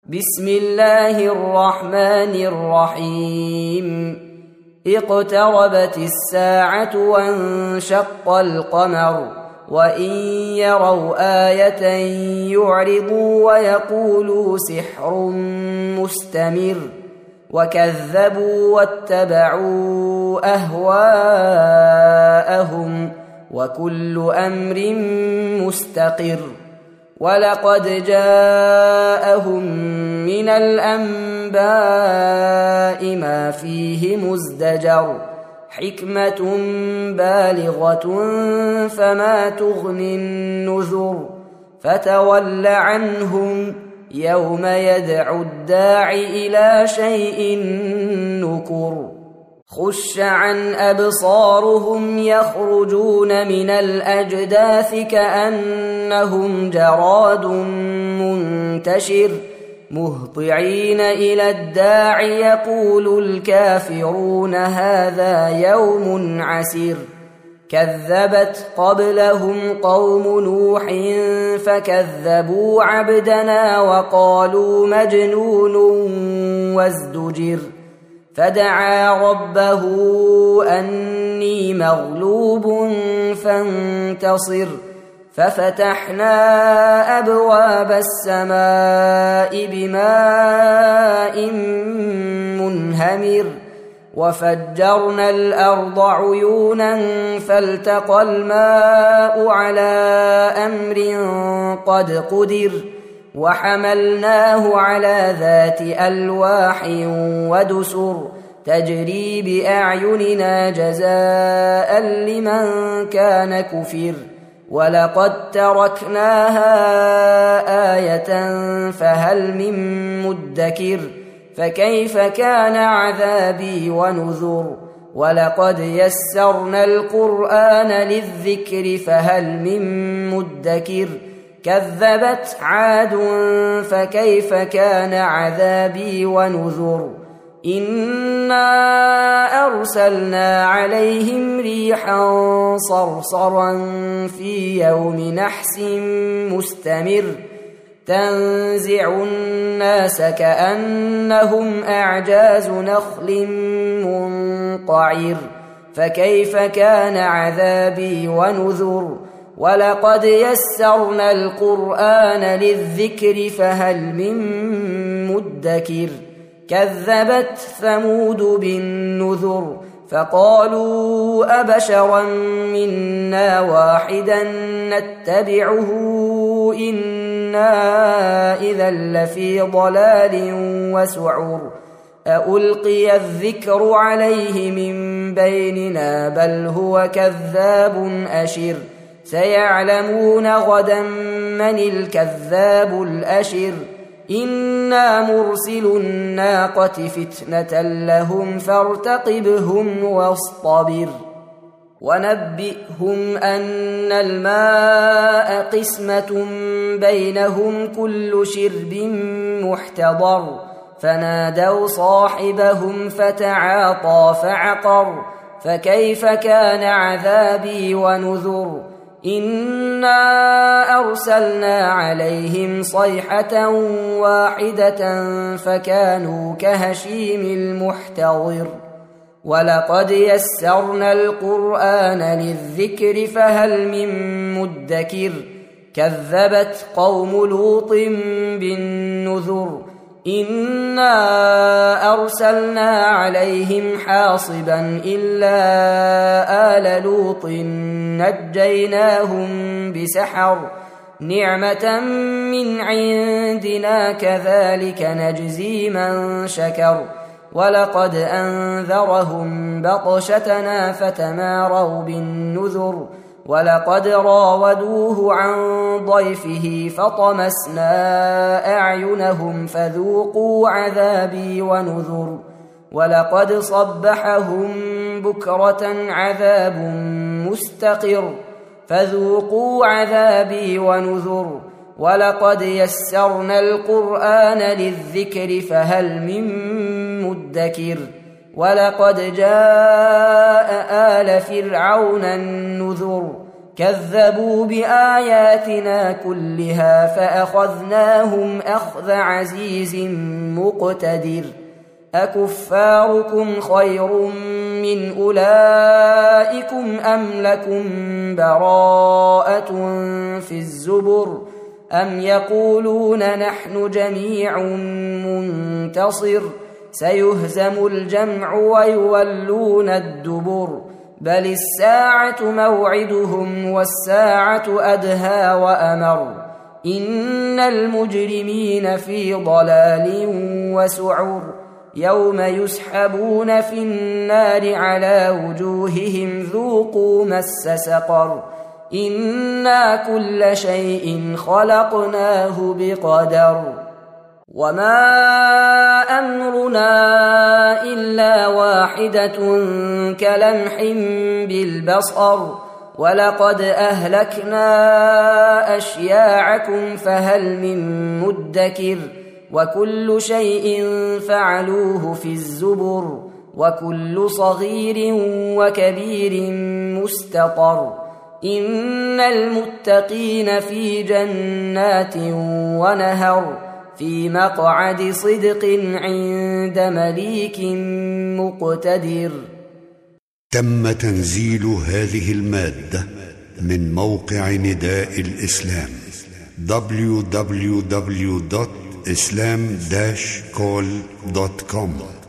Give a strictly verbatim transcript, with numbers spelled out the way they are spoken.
بسم الله الرحمن الرحيم اقتربت الساعة وانشق القمر وإن يروا آية يعرضوا ويقولوا سحر مستمر وكذبوا واتبعوا أهواءهم وكل أمر مستقر ولقد جاءهم من الأنباء ما فيه مزدجر حكمة بالغة فما تغني النذر فتول عنهم يوم يدعو الداع إلى شيء نكر خش عن أبصارهم يخرجون من الأجداث كأنهم جراد منتشر مهطعين إلى الداع يقول الكافرون هذا يوم عسير كذبت قبلهم قوم نوح فكذبوا عبدنا وقالوا مجنون وازدجر فدعا ربه أني مغلوب فانتصر ففتحنا أبواب السماء بماء منهمر وفجرنا الأرض عيونا فالتقى الماء على أمر قد قدر وحملناه على ذات ألواح ودسر تجري بأعيننا جزاء لمن كان كفر ولقد تركناها آية فهل من مدكر فكيف كان عذابي ونذر ولقد يسرنا القرآن للذكر فهل من مدكر كذبت عاد فكيف كان عذابي ونذر إنا أرسلنا عليهم ريحا صرصرا في يوم نحس مستمر تنزع الناس كأنهم أعجاز نخل منقعر فكيف كان عذابي ونذر ولقد يسرنا القرآن للذكر فهل من مدكر كذبت ثمود بالنذر فقالوا أبشرا منا واحدا نتبعه إنا إذا لفي ضلال وسعر ألقي الذكر عليه من بيننا بل هو كذاب أشر سيعلمون غدا من الكذاب الأشر إنا مرسل الناقة فتنة لهم فارتقبهم واصطبر ونبئهم أن الماء قسمة بينهم كل شرب محتضر فنادوا صاحبهم فتعاطى فعقر فكيف كان عذابي ونذر إنا أرسلنا عليهم صيحة واحدة فكانوا كهشيم المحتضر ولقد يسرنا القرآن للذكر فهل من مدكر كذبت قوم لوط بالنذر إنا أرسلنا عليهم حاصبا إلا آل لوط نجيناهم بسحر نعمة من عندنا كذلك نجزي من شكر ولقد أنذرهم بطشتنا فتماروا بالنذر ولقد راودوه عن ضيفه فطمسنا أعينهم فذوقوا عذابي ونذر ولقد صبحهم بكرة عذاب مستقر فذوقوا عذابي ونذر ولقد يسرنا القرآن للذكر فهل من مدكر ولقد جاء آل فرعون النذر كذبوا بآياتنا كلها فأخذناهم أخذ عزيز مقتدر أكفاركم خير من أولئكم أم لكم براءة في الزبر أم يقولون نحن جميع منتصر سيهزم الجمع ويولون الدبر بل الساعة موعدهم والساعة أدهى وأمر إن المجرمين في ضلال وسعر يوم يسحبون في النار على وجوههم ذوقوا مس سقر إنا كل شيء خلقناه بقدر وما أمرنا إلا واحدة كلمح بالبصر ولقد أهلكنا أشياعكم فهل من مدكر وكل شيء فعلوه في الزبر وكل صغير وكبير مستطر إن المتقين في جنات ونهر في مقعد صدق عند مليك مقتدر. تم تنزيل هذه المادة من موقع نداء الإسلام دبليو دبليو دبليو دوت إسلام داش كول دوت كوم.